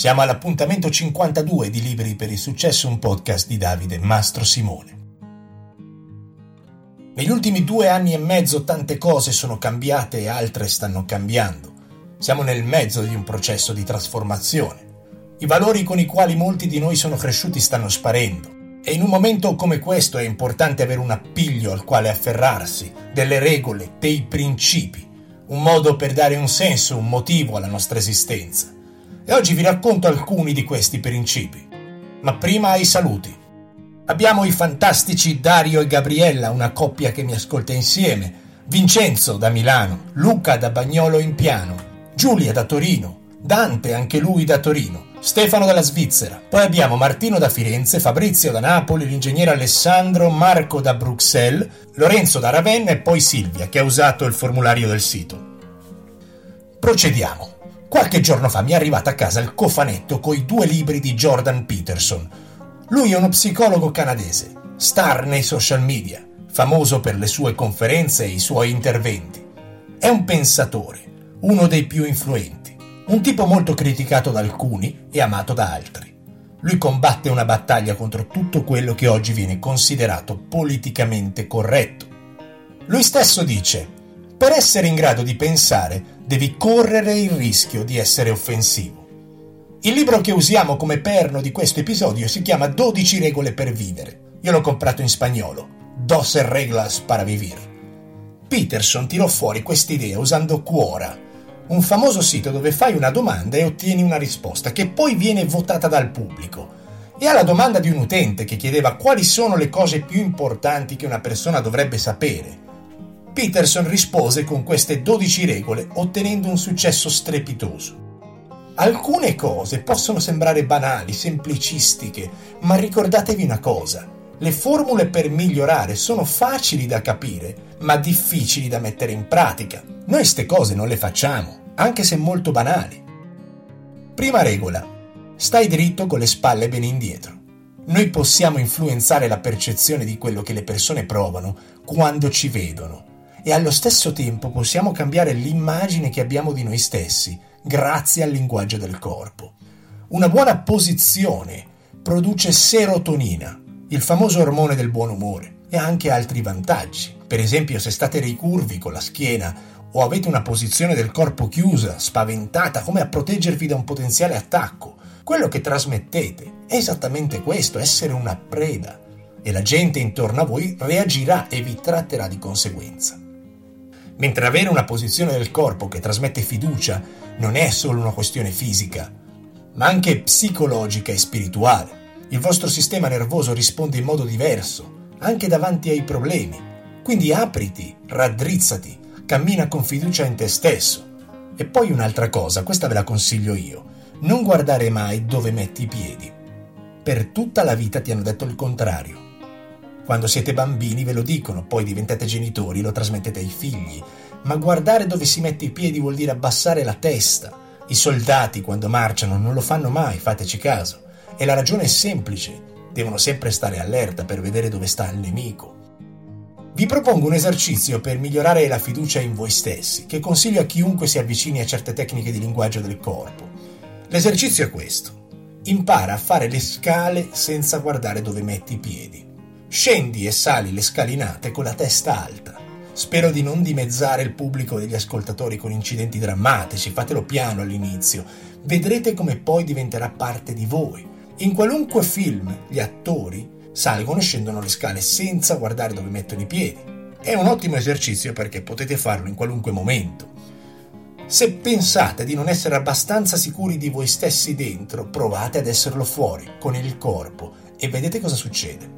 Siamo all'appuntamento 52 di Libri per il Successo, un podcast di Davide Mastro Simone. Negli ultimi 2 anni e mezzo tante cose sono cambiate e altre stanno cambiando. Siamo nel mezzo di un processo di trasformazione. I valori con i quali molti di noi sono cresciuti stanno sparendo. E in un momento come questo è importante avere un appiglio al quale afferrarsi, delle regole, dei principi, un modo per dare un senso, un motivo alla nostra esistenza. E oggi vi racconto alcuni di questi principi. Ma prima i saluti. Abbiamo i fantastici Dario e Gabriella, una coppia che mi ascolta insieme, Vincenzo da Milano, Luca da Bagnolo in Piano, Giulia da Torino, Dante anche lui da Torino, Stefano dalla Svizzera. Poi abbiamo Martino da Firenze, Fabrizio da Napoli, l'ingegnere Alessandro, Marco da Bruxelles, Lorenzo da Ravenna e poi Silvia che ha usato il formulario del sito. Procediamo. Qualche giorno fa mi è arrivato a casa il cofanetto coi 2 libri di Jordan Peterson. Lui è uno psicologo canadese, star nei social media, famoso per le sue conferenze e i suoi interventi. È un pensatore, uno dei più influenti, un tipo molto criticato da alcuni e amato da altri. Lui combatte una battaglia contro tutto quello che oggi viene considerato politicamente corretto. Lui stesso dice: per essere in grado di pensare devi correre il rischio di essere offensivo. Il libro che usiamo come perno di questo episodio si chiama 12 regole per vivere. Io l'ho comprato in spagnolo, 12 reglas para vivir. Peterson tirò fuori quest'idea usando Quora, un famoso sito dove fai una domanda e ottieni una risposta che poi viene votata dal pubblico. E alla domanda di un utente che chiedeva quali sono le cose più importanti che una persona dovrebbe sapere, Peterson rispose con queste 12 regole ottenendo un successo strepitoso. Alcune cose possono sembrare banali, semplicistiche, ma ricordatevi una cosa: le formule per migliorare sono facili da capire, ma difficili da mettere in pratica. Noi ste cose non le facciamo, anche se molto banali. Prima regola: stai dritto con le spalle bene indietro. Noi possiamo influenzare la percezione di quello che le persone provano quando ci vedono. E allo stesso tempo possiamo cambiare l'immagine che abbiamo di noi stessi grazie al linguaggio del corpo. Una buona posizione produce serotonina, il famoso ormone del buon umore, e ha anche altri vantaggi. Per esempio, se state ricurvi con la schiena o avete una posizione del corpo chiusa, spaventata, come a proteggervi da un potenziale attacco, quello che trasmettete è esattamente questo: essere una preda, e la gente intorno a voi reagirà e vi tratterà di conseguenza. Mentre avere una posizione del corpo che trasmette fiducia non è solo una questione fisica, ma anche psicologica e spirituale. Il vostro sistema nervoso risponde in modo diverso, anche davanti ai problemi. Quindi apriti, raddrizzati, cammina con fiducia in te stesso. E poi un'altra cosa, questa ve la consiglio io: non guardare mai dove metti i piedi. Per tutta la vita ti hanno detto il contrario. Quando siete bambini ve lo dicono, poi diventate genitori, lo trasmettete ai figli. Ma guardare dove si mette i piedi vuol dire abbassare la testa. I soldati quando marciano non lo fanno mai, fateci caso. E la ragione è semplice: devono sempre stare allerta per vedere dove sta il nemico. Vi propongo un esercizio per migliorare la fiducia in voi stessi, che consiglio a chiunque si avvicini a certe tecniche di linguaggio del corpo. L'esercizio è questo: impara a fare le scale senza guardare dove metti i piedi. Scendi e sali le scalinate con la testa alta. Spero di non dimezzare il pubblico degli ascoltatori con incidenti drammatici, fatelo piano all'inizio. Vedrete come poi diventerà parte di voi. In qualunque film gli attori salgono e scendono le scale senza guardare dove mettono i piedi. È un ottimo esercizio perché potete farlo in qualunque momento. Se pensate di non essere abbastanza sicuri di voi stessi dentro, provate ad esserlo fuori, con il corpo, e vedete cosa succede.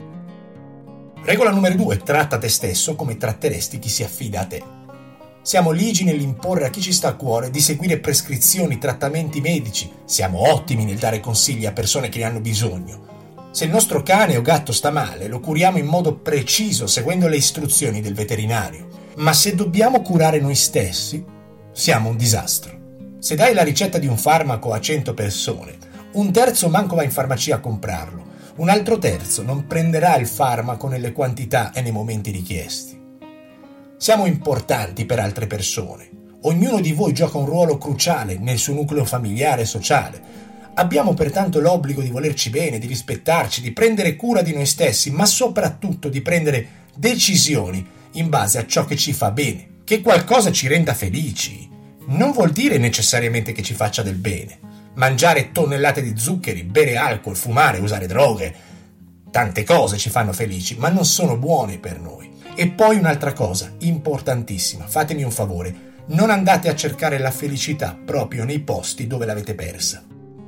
Regola numero 2: tratta te stesso come tratteresti chi si affida a te. Siamo ligi nell'imporre a chi ci sta a cuore di seguire prescrizioni, trattamenti medici. Siamo ottimi nel dare consigli a persone che ne hanno bisogno. Se il nostro cane o gatto sta male, lo curiamo in modo preciso, seguendo le istruzioni del veterinario. Ma se dobbiamo curare noi stessi, siamo un disastro. Se dai la ricetta di un farmaco a 100 persone, un terzo manco va in farmacia a comprarlo. Un altro terzo non prenderà il farmaco nelle quantità e nei momenti richiesti. Siamo importanti per altre persone. Ognuno di voi gioca un ruolo cruciale nel suo nucleo familiare e sociale. Abbiamo pertanto l'obbligo di volerci bene, di rispettarci, di prendere cura di noi stessi, ma soprattutto di prendere decisioni in base a ciò che ci fa bene. Che qualcosa ci renda felici non vuol dire necessariamente che ci faccia del bene. Mangiare tonnellate di zuccheri, bere alcol, fumare, usare droghe, tante cose ci fanno felici, ma non sono buone per noi. E poi un'altra cosa importantissima, fatemi un favore, non andate a cercare la felicità proprio nei posti dove l'avete persa.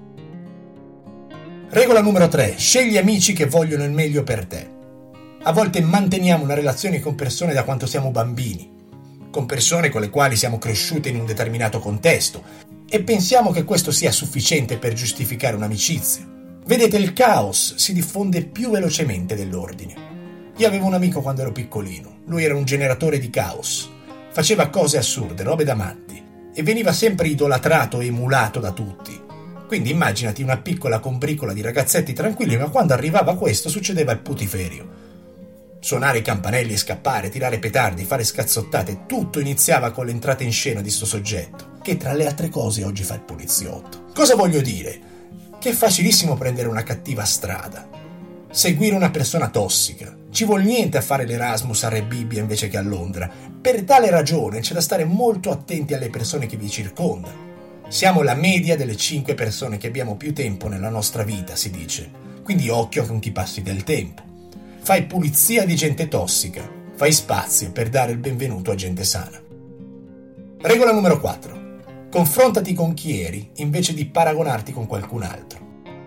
Regola numero 3. Scegli amici che vogliono il meglio per te. A volte manteniamo una relazione con persone da quanto siamo bambini, con persone con le quali siamo cresciute in un determinato contesto e pensiamo che questo sia sufficiente per giustificare un'amicizia. Vedete, il caos si diffonde più velocemente dell'ordine. Io avevo un amico quando ero piccolino, lui era un generatore di caos, faceva cose assurde, robe da matti e veniva sempre idolatrato e emulato da tutti. Quindi immaginati una piccola combricola di ragazzetti tranquilli, ma quando arrivava questo succedeva il putiferio. Suonare i campanelli e scappare, tirare petardi, fare scazzottate, tutto iniziava con l'entrata in scena di sto soggetto, che tra le altre cose oggi fa il poliziotto. Cosa voglio dire? Che è facilissimo prendere una cattiva strada, seguire una persona tossica. Ci vuol niente a fare l'Erasmus a Rebibbia invece che a Londra. Per tale ragione c'è da stare molto attenti alle persone che vi circondano. Siamo la media delle 5 persone che abbiamo più tempo nella nostra vita, si dice. Quindi occhio con chi passi del tempo. Fai pulizia di gente tossica, fai spazio per dare il benvenuto a gente sana. Regola numero 4. Confrontati con chi eri invece di paragonarti con qualcun altro.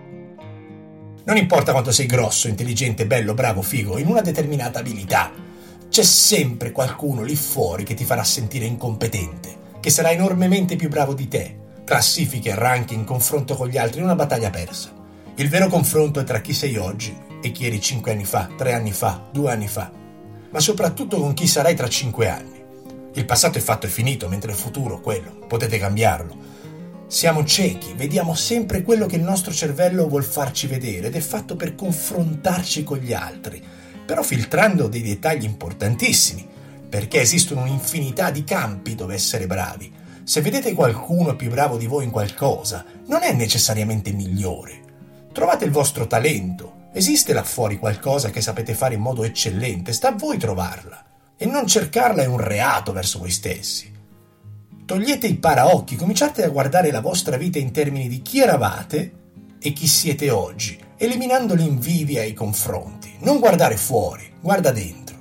Non importa quanto sei grosso, intelligente, bello, bravo, figo, in una determinata abilità, c'è sempre qualcuno lì fuori che ti farà sentire incompetente, che sarà enormemente più bravo di te. Classifiche, ranking, confronto con gli altri in una battaglia persa. Il vero confronto è tra chi sei oggi e chi eri 5 anni fa, 3 anni fa, 2 anni fa, ma soprattutto con chi sarai tra 5 anni. Il passato è fatto e finito, mentre il futuro, quello, potete cambiarlo. Siamo ciechi, vediamo sempre quello che il nostro cervello vuol farci vedere ed è fatto per confrontarci con gli altri, però filtrando dei dettagli importantissimi, perché esistono un'infinità di campi dove essere bravi. Se vedete qualcuno più bravo di voi in qualcosa, non è necessariamente migliore. Trovate il vostro talento. Esiste là fuori qualcosa che sapete fare in modo eccellente, sta a voi trovarla. E non cercarla è un reato verso voi stessi. Togliete i paraocchi, cominciate a guardare la vostra vita in termini di chi eravate e chi siete oggi, eliminando l'invidia e i confronti. Non guardare fuori, guarda dentro.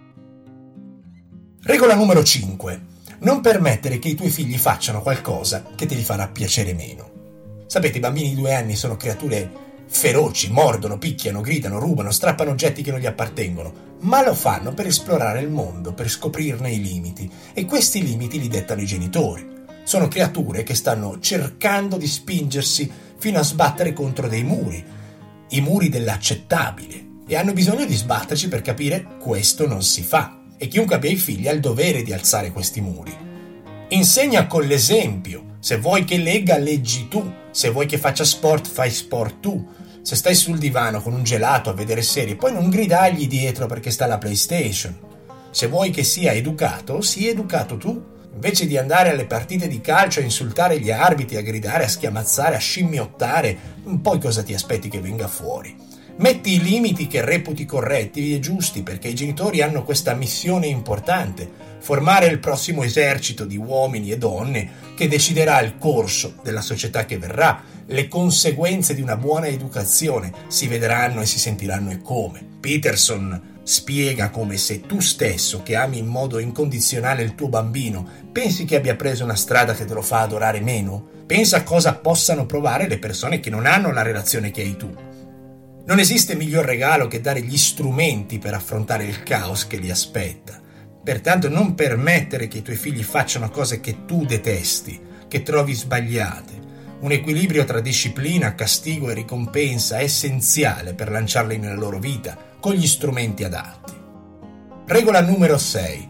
Regola numero 5. Non permettere che i tuoi figli facciano qualcosa che te li farà piacere meno. Sapete, i bambini di 2 anni sono creature feroci, mordono, picchiano, gridano, rubano, strappano oggetti che non gli appartengono, ma lo fanno per esplorare il mondo, per scoprirne i limiti, e questi limiti li dettano i genitori. Sono creature che stanno cercando di spingersi fino a sbattere contro dei muri, i muri dell'accettabile, e hanno bisogno di sbatterci per capire questo non si fa. E chiunque abbia i figli ha il dovere di alzare questi muri. Insegna con l'esempio. Se vuoi che legga, leggi tu. Se vuoi che faccia sport, fai sport tu. Se stai sul divano con un gelato a vedere serie, poi non gridargli dietro perché sta la PlayStation. Se vuoi che sia educato, sii educato tu. Invece di andare alle partite di calcio a insultare gli arbitri, a gridare, a schiamazzare, a scimmiottare, poi cosa ti aspetti che venga fuori? Metti i limiti che reputi corretti e giusti, perché i genitori hanno questa missione importante: formare il prossimo esercito di uomini e donne che deciderà il corso della società che verrà. Le conseguenze di una buona educazione si vedranno e si sentiranno e come. Peterson spiega come se tu stesso, che ami in modo incondizionale il tuo bambino, pensi che abbia preso una strada che te lo fa adorare meno. Pensa a cosa possano provare le persone che non hanno la relazione che hai tu. Non esiste miglior regalo che dare gli strumenti per affrontare il caos che li aspetta. Pertanto non permettere che i tuoi figli facciano cose che tu detesti, che trovi sbagliate. Un equilibrio tra disciplina, castigo e ricompensa è essenziale per lanciarli nella loro vita, con gli strumenti adatti. Regola numero 6.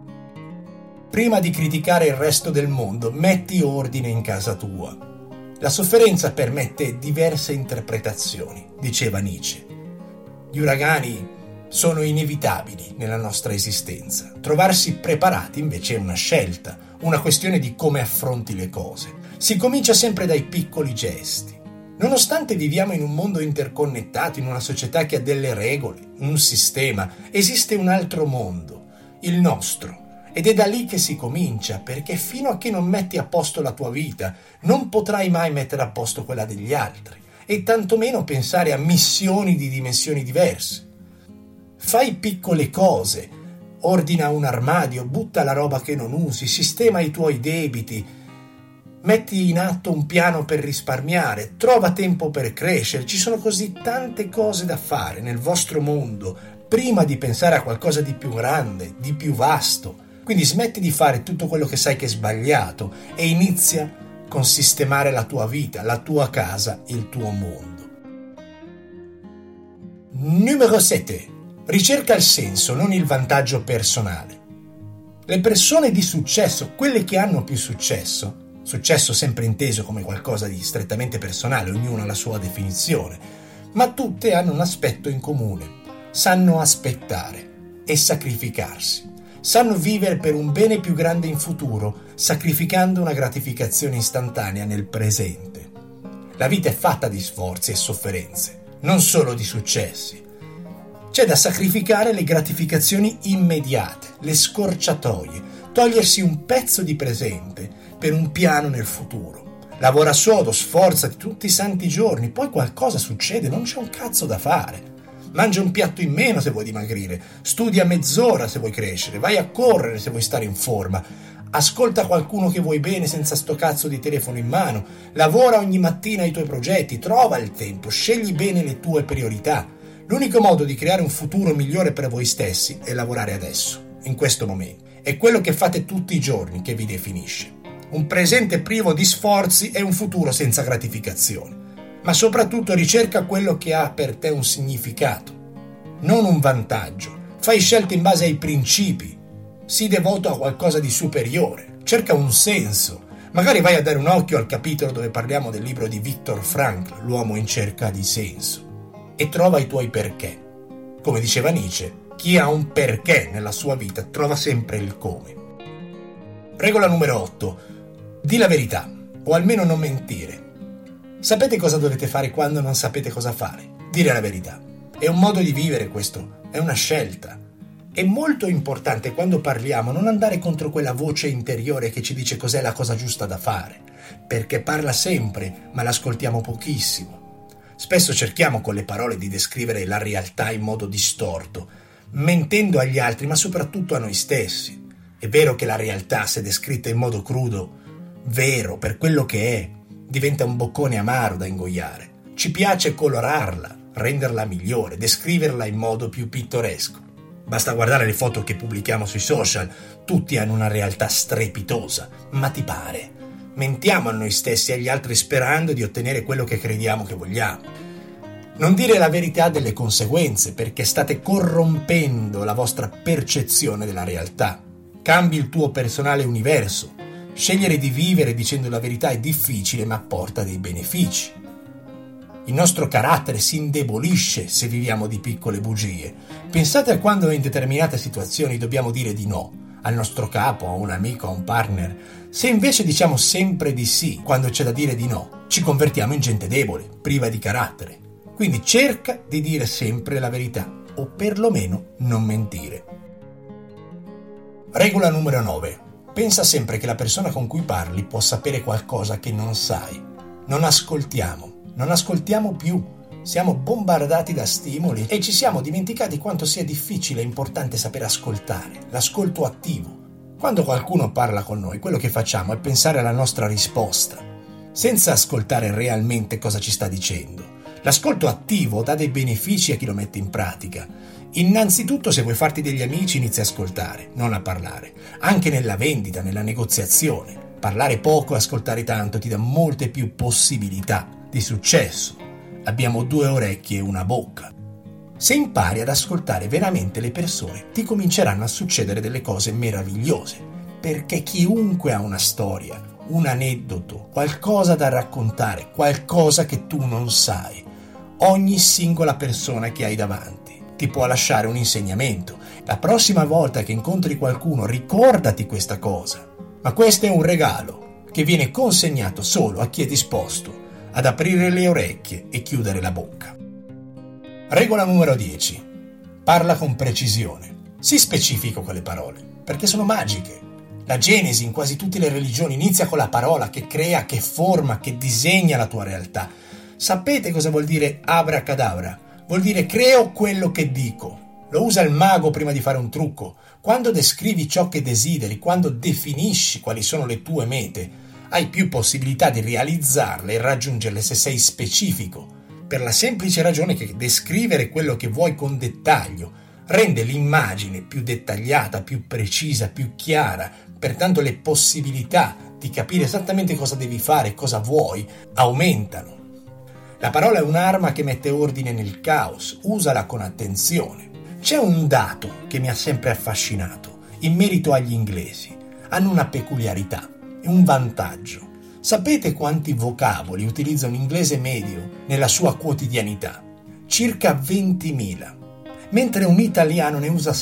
Prima di criticare il resto del mondo, metti ordine in casa tua. La sofferenza permette diverse interpretazioni, diceva Nietzsche. Gli uragani sono inevitabili nella nostra esistenza. Trovarsi preparati invece è una scelta, una questione di come affronti le cose. Si comincia sempre dai piccoli gesti. Nonostante viviamo in un mondo interconnettato, in una società che ha delle regole, un sistema, esiste un altro mondo, il nostro. Ed è da lì che si comincia, perché fino a che non metti a posto la tua vita, non potrai mai mettere a posto quella degli altri, e tantomeno pensare a missioni di dimensioni diverse. Fai piccole cose, ordina un armadio, butta la roba che non usi, sistema i tuoi debiti, metti in atto un piano per risparmiare, trova tempo per crescere. Ci sono così tante cose da fare nel vostro mondo prima di pensare a qualcosa di più grande, di più vasto. Quindi smetti di fare tutto quello che sai che è sbagliato e inizia con sistemare la tua vita, la tua casa, il tuo mondo. Numero 7. Ricerca il senso, non il vantaggio personale. Le persone di successo, quelle che hanno più successo sempre inteso come qualcosa di strettamente personale, ognuno ha la sua definizione, ma tutte hanno un aspetto in comune: sanno aspettare e sacrificarsi, sanno vivere per un bene più grande in futuro, sacrificando una gratificazione istantanea nel presente. La vita è fatta di sforzi e sofferenze, non solo di successi. C'è da sacrificare le gratificazioni immediate, le scorciatoie, togliersi un pezzo di presente per un piano nel futuro. Lavora sodo, sforzati tutti i santi giorni, poi qualcosa succede, non c'è un cazzo da fare. Mangia un piatto in meno se vuoi dimagrire, studia mezz'ora se vuoi crescere, vai a correre se vuoi stare in forma, ascolta qualcuno che vuoi bene senza sto cazzo di telefono in mano, lavora ogni mattina ai tuoi progetti, trova il tempo, scegli bene le tue priorità. L'unico modo di creare un futuro migliore per voi stessi è lavorare adesso, in questo momento. È quello che fate tutti i giorni che vi definisce. Un presente privo di sforzi e un futuro senza gratificazioni. Ma soprattutto ricerca quello che ha per te un significato, non un vantaggio. Fai scelte in base ai principi. Sii devoto a qualcosa di superiore. Cerca un senso. Magari vai a dare un occhio al capitolo dove parliamo del libro di Viktor Frankl, L'uomo in cerca di senso. E trova i tuoi perché. Come diceva Nietzsche, chi ha un perché nella sua vita trova sempre il come. Regola numero 8. Di la verità, o almeno non mentire. Sapete cosa dovete fare quando non sapete cosa fare? Dire la verità. È un modo di vivere questo, è una scelta. È molto importante quando parliamo non andare contro quella voce interiore che ci dice cos'è la cosa giusta da fare, perché parla sempre, ma l'ascoltiamo pochissimo. Spesso cerchiamo con le parole di descrivere la realtà in modo distorto, mentendo agli altri, ma soprattutto a noi stessi. È vero che la realtà, se descritta in modo crudo, vero per quello che è, diventa un boccone amaro da ingoiare. Ci piace colorarla, renderla migliore, descriverla in modo più pittoresco. Basta guardare le foto che pubblichiamo sui social, tutti hanno una realtà strepitosa, ma ti pare? Mentiamo a noi stessi e agli altri sperando di ottenere quello che crediamo che vogliamo. Non dire la verità ha delle conseguenze, perché state corrompendo la vostra percezione della realtà. Cambi il tuo personale universo. Scegliere di vivere dicendo la verità è difficile, ma porta dei benefici. Il nostro carattere si indebolisce se viviamo di piccole bugie. Pensate a quando in determinate situazioni dobbiamo dire di no al nostro capo, a un amico, a un partner. Se invece diciamo sempre di sì quando c'è da dire di no, ci convertiamo in gente debole, priva di carattere. Quindi cerca di dire sempre la verità, o perlomeno non mentire. Regola numero 9. Pensa sempre che la persona con cui parli può sapere qualcosa che non sai. Non ascoltiamo più. Siamo bombardati da stimoli e ci siamo dimenticati quanto sia difficile e importante sapere ascoltare, l'ascolto attivo. Quando qualcuno parla con noi, quello che facciamo è pensare alla nostra risposta, senza ascoltare realmente cosa ci sta dicendo. L'ascolto attivo dà dei benefici a chi lo mette in pratica. Innanzitutto, se vuoi farti degli amici, inizia a ascoltare, non a parlare. Anche nella vendita, nella negoziazione. Parlare poco e ascoltare tanto ti dà molte più possibilità di successo. Abbiamo 2 orecchie e una bocca. Se impari ad ascoltare veramente le persone, ti cominceranno a succedere delle cose meravigliose, perché chiunque ha una storia, un aneddoto, qualcosa da raccontare, qualcosa che tu non sai. Ogni singola persona che hai davanti ti può lasciare un insegnamento. La prossima volta che incontri qualcuno, ricordati questa cosa. Ma questo è un regalo che viene consegnato solo a chi è disposto ad aprire le orecchie e chiudere la bocca. Regola numero 10. Parla con precisione. Sii specifico con le parole, perché sono magiche. La genesi in quasi tutte le religioni inizia con la parola che crea, che forma, che disegna la tua realtà. Sapete cosa vuol dire abracadabra? Vuol dire creo quello che dico. Lo usa il mago prima di fare un trucco. Quando descrivi ciò che desideri, quando definisci quali sono le tue mete, hai più possibilità di realizzarle e raggiungerle se sei specifico, per la semplice ragione che descrivere quello che vuoi con dettaglio rende l'immagine più dettagliata, più precisa, più chiara, pertanto le possibilità di capire esattamente cosa devi fare, cosa vuoi, aumentano. La parola è un'arma che mette ordine nel caos, usala con attenzione. C'è un dato che mi ha sempre affascinato in merito agli inglesi. Hanno una peculiarità e un vantaggio. Sapete quanti vocaboli utilizza un inglese medio nella sua quotidianità? Circa 20.000, mentre un italiano ne usa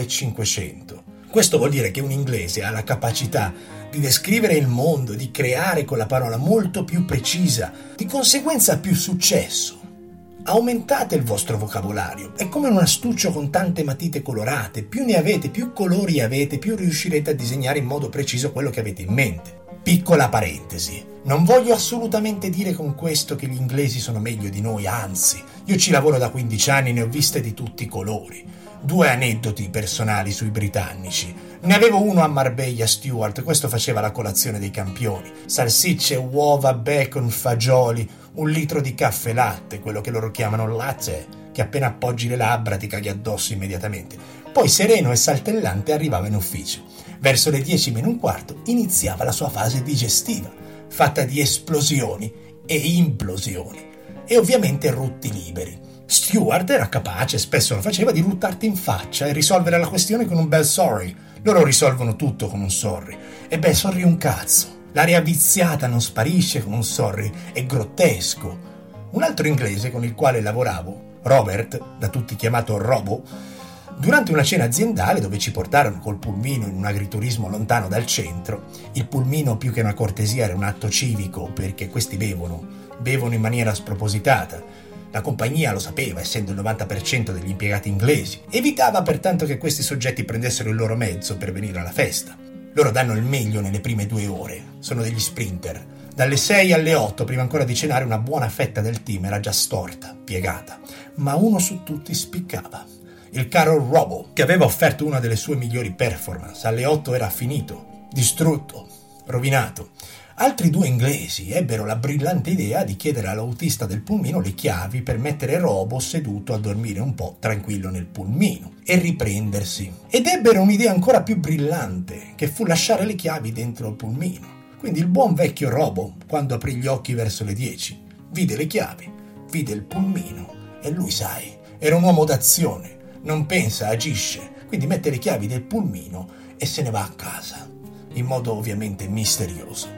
6.500. Questo vuol dire che un inglese ha la capacità di descrivere il mondo, di creare con la parola molto più precisa, di conseguenza ha più successo. Aumentate il vostro vocabolario, è come un astuccio con tante matite colorate, più ne avete, più colori avete, più riuscirete a disegnare in modo preciso quello che avete in mente. Piccola parentesi, non voglio assolutamente dire con questo che gli inglesi sono meglio di noi, anzi, io ci lavoro da 15 anni, ne ho viste di tutti i colori. 2 aneddoti personali sui britannici. Ne avevo uno a Marbella Stewart, questo faceva la colazione dei campioni. Salsicce, uova, bacon, fagioli, 1 litro di caffè latte, quello che loro chiamano latte, che appena appoggi le labbra ti caghi addosso immediatamente. Poi sereno e saltellante arrivava in ufficio. Verso le 10:45 iniziava la sua fase digestiva, fatta di esplosioni e implosioni, e ovviamente rutti liberi. Stewart era capace, spesso lo faceva, di ruttarti in faccia e risolvere la questione con un bel sorry. Loro risolvono tutto con un sorry. E beh, sorry un cazzo. L'aria viziata non sparisce con un sorry, è grottesco. Un altro inglese con il quale lavoravo, Robert, da tutti chiamato Robo, durante una cena aziendale dove ci portarono col pulmino in un agriturismo lontano dal centro, il pulmino più che una cortesia era un atto civico perché questi bevono in maniera spropositata. La compagnia lo sapeva, essendo il 90% degli impiegati inglesi. Evitava pertanto che questi soggetti prendessero il loro mezzo per venire alla festa. Loro danno il meglio nelle prime 2 ore, sono degli sprinter. Dalle 6 alle 8, prima ancora di cenare, una buona fetta del team era già storta, piegata, ma uno su tutti spiccava. Il caro Robo, che aveva offerto una delle sue migliori performance, alle 8 era finito, distrutto, rovinato. Altri 2 inglesi ebbero la brillante idea di chiedere all'autista del pulmino le chiavi per mettere Robo seduto a dormire un po' tranquillo nel pulmino e riprendersi. Ed ebbero un'idea ancora più brillante, che fu lasciare le chiavi dentro il pulmino. Quindi il buon vecchio Robo, quando aprì gli occhi verso le 10, vide le chiavi, vide il pulmino e lui, sai, era un uomo d'azione, non pensa, agisce, quindi mette le chiavi del pulmino e se ne va a casa, in modo ovviamente misterioso.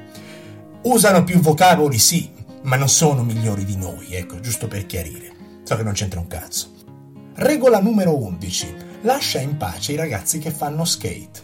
Usano più vocaboli, sì, ma non sono migliori di noi, ecco, giusto per chiarire. So che non c'entra un cazzo. Regola numero 11. Lascia in pace i ragazzi che fanno skate.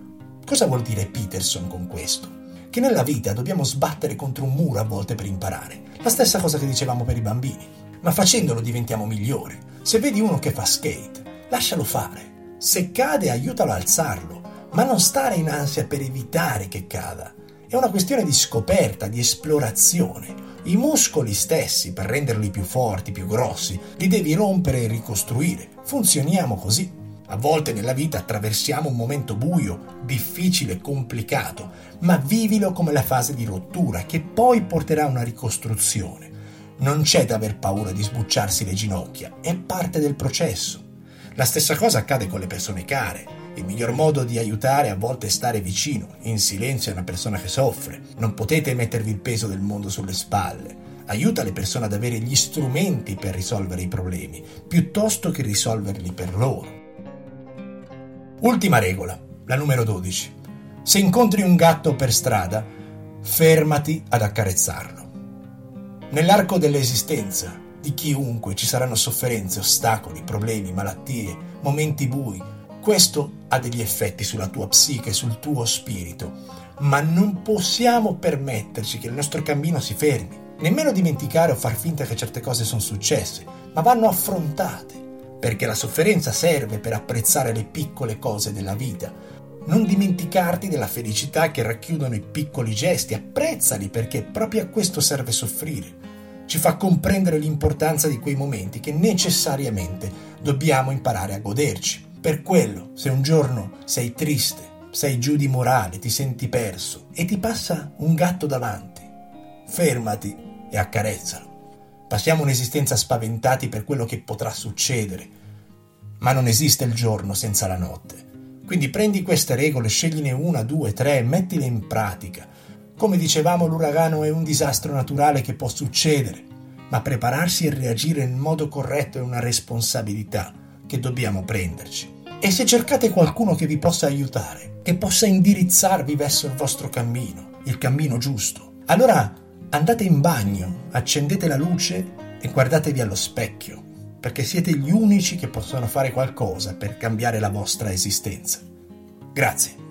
Cosa vuol dire Peterson con questo? Che nella vita dobbiamo sbattere contro un muro a volte per imparare. La stessa cosa che dicevamo per i bambini. Ma facendolo diventiamo migliori. Se vedi uno che fa skate, lascialo fare. Se cade, aiutalo a alzarlo, ma non stare in ansia per evitare che cada. È una questione di scoperta, di esplorazione. I muscoli stessi, per renderli più forti, più grossi, li devi rompere e ricostruire. Funzioniamo così. A volte nella vita attraversiamo un momento buio, difficile, complicato, ma vivilo come la fase di rottura che poi porterà a una ricostruzione. Non c'è da aver paura di sbucciarsi le ginocchia, è parte del processo. La stessa cosa accade con le persone care. Il miglior modo di aiutare a volte è stare vicino, in silenzio a una persona che soffre. Non potete mettervi il peso del mondo sulle spalle. Aiuta le persone ad avere gli strumenti per risolvere i problemi, piuttosto che risolverli per loro. Ultima regola, la numero 12. Se incontri un gatto per strada, fermati ad accarezzarlo. Nell'arco dell'esistenza di chiunque ci saranno sofferenze, ostacoli, problemi, malattie, momenti bui. Questo ha degli effetti sulla tua psiche, sul tuo spirito, ma non possiamo permetterci che il nostro cammino si fermi. Nemmeno dimenticare o far finta che certe cose sono successe, ma vanno affrontate, perché la sofferenza serve per apprezzare le piccole cose della vita. Non dimenticarti della felicità che racchiudono i piccoli gesti, apprezzali perché proprio a questo serve soffrire. Ci fa comprendere l'importanza di quei momenti che necessariamente dobbiamo imparare a goderci. Per quello, se un giorno sei triste, sei giù di morale, ti senti perso e ti passa un gatto davanti, fermati e accarezzalo. Passiamo un'esistenza spaventati per quello che potrà succedere, ma non esiste il giorno senza la notte. Quindi prendi queste regole, scegliene 1, 2, 3 e mettile in pratica. Come dicevamo, l'uragano è un disastro naturale che può succedere, ma prepararsi e reagire nel modo corretto è una responsabilità che dobbiamo prenderci. E se cercate qualcuno che vi possa aiutare, che possa indirizzarvi verso il vostro cammino, il cammino giusto, allora andate in bagno, accendete la luce e guardatevi allo specchio, perché siete gli unici che possono fare qualcosa per cambiare la vostra esistenza. Grazie.